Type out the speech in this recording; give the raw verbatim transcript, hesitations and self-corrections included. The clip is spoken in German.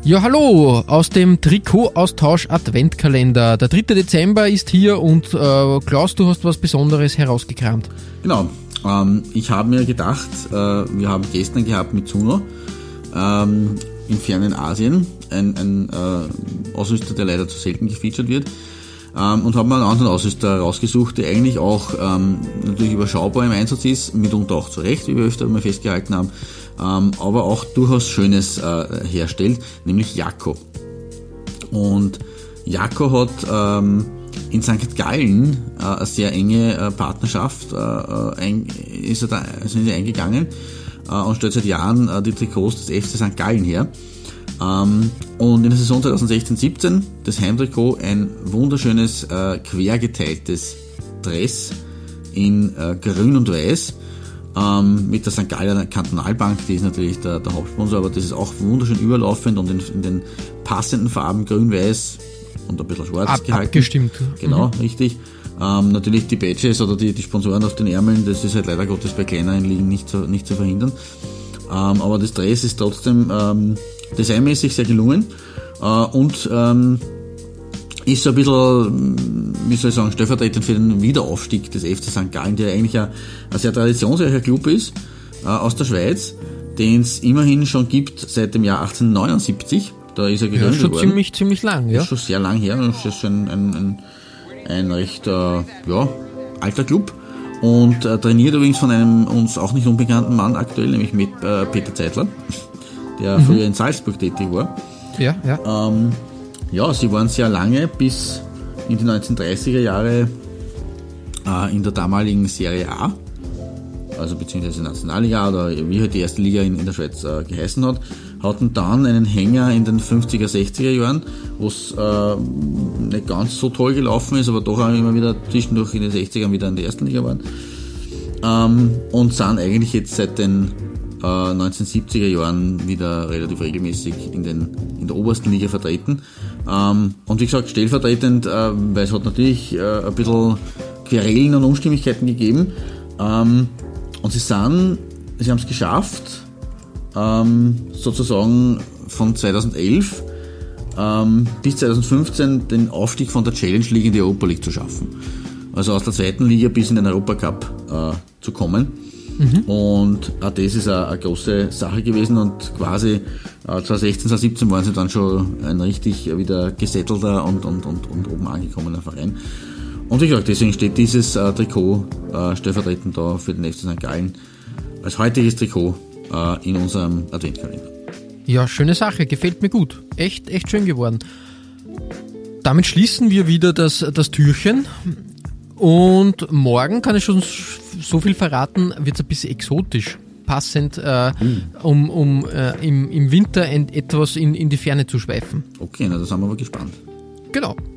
Ja, hallo, aus dem Trikot-Austausch-Adventkalender. Der dritte Dezember ist hier und äh, Klaus, du hast was Besonderes herausgekramt. Genau, ähm, ich habe mir gedacht, äh, wir haben gestern gehabt mit Zuno ähm, im fernen Asien, ein, ein äh, Ausrüster, der leider zu selten gefeatured wird, ähm, und habe mir einen anderen Ausrüster rausgesucht, der eigentlich auch ähm, natürlich überschaubar im Einsatz ist, mitunter auch zu Recht, wie wir öfter mal festgehalten haben, ähm, aber auch durchaus Schönes äh, herstellt, nämlich Jacco. Und Jacco hat ähm, in Sankt Gallen äh, eine sehr enge äh, Partnerschaft, äh, ein, ist er da, sind sie eingegangen äh, und stellt seit Jahren äh, die Trikots des F C Sankt Gallen her. Ähm, und in der Saison zwanzig sechzehn siebzehn das Heimtrikot ein wunderschönes äh, quergeteiltes Dress in äh, Grün und Weiß ähm, mit der Sankt Galler Kantonalbank, die ist natürlich der, der Hauptsponsor, aber das ist auch wunderschön überlaufend und in, in den passenden Farben Grün, Weiß und ein bisschen Schwarz Ab, gehalten. Abgestimmt. Genau, mhm. richtig. Ähm, natürlich die Badges oder die, die Sponsoren auf den Ärmeln, das ist halt leider Gottes bei kleineren Ligen nicht zu, nicht zu verhindern. Ähm, aber das Dress ist trotzdem ähm, designmäßig sehr gelungen äh, und ähm, ist so ein bisschen, wie soll ich sagen, stellvertretend für den Wiederaufstieg des F C Sankt Gallen, der eigentlich ein, ein sehr traditionsreicher Club ist äh, aus der Schweiz, den es immerhin schon gibt seit dem Jahr achtzehnhundertneunundsiebzig. Da ist er gegründet ja, schon worden. ziemlich, ziemlich lang, ja. Ist schon sehr lang her. Das ist ein, ein, ein, ein recht äh, ja, alter Club. Und äh, trainiert übrigens von einem uns auch nicht unbekannten Mann aktuell, nämlich mit äh, Peter Zeitler, der mhm. früher in Salzburg tätig war. Ja, ja. Ähm, ja, sie waren sehr lange, bis in die neunzehnhundertdreißiger Jahre äh, in der damaligen Serie A, also beziehungsweise Nationalliga oder wie halt die erste Liga in, in der Schweiz äh, geheißen hat, hatten dann einen Hänger in den fünfziger, sechziger Jahren, wo es äh, nicht ganz so toll gelaufen ist, aber doch auch immer wieder zwischendurch in den sechzigern wieder in der ersten Liga waren. Ähm, und sind eigentlich jetzt seit den äh, neunzehnhundertsiebziger Jahren wieder relativ regelmäßig in, den, in der obersten Liga vertreten. Ähm, und wie gesagt, stellvertretend, äh, weil es hat natürlich äh, ein bisschen Querelen und Unstimmigkeiten gegeben. Ähm, und sie sind, sie haben es geschafft, ähm, sozusagen von zweitausendelf ähm, bis zweitausendfünfzehn den Aufstieg von der Challenge League in die Europa League zu schaffen. Also aus der zweiten Liga bis in den Europacup äh, zu kommen. Mhm. Und auch das ist eine, eine große Sache gewesen und quasi äh, zwanzig sechzehn, zwanzig siebzehn waren sie dann schon ein richtig wieder gesettelter und, und, und, und oben angekommener Verein. Und wie gesagt, deswegen steht dieses äh, Trikot äh, stellvertretend da für den F C Sankt Gallen als heutiges Trikot äh, in unserem Adventkalender. Ja, schöne Sache, gefällt mir gut. Echt, echt schön geworden. Damit schließen wir wieder das, das Türchen. Und morgen, kann ich schon so viel verraten, wird es ein bisschen exotisch, passend, äh, mhm. um, um äh, im, im Winter etwas in, in die Ferne zu schweifen. Okay, na, da sind wir aber gespannt. Genau.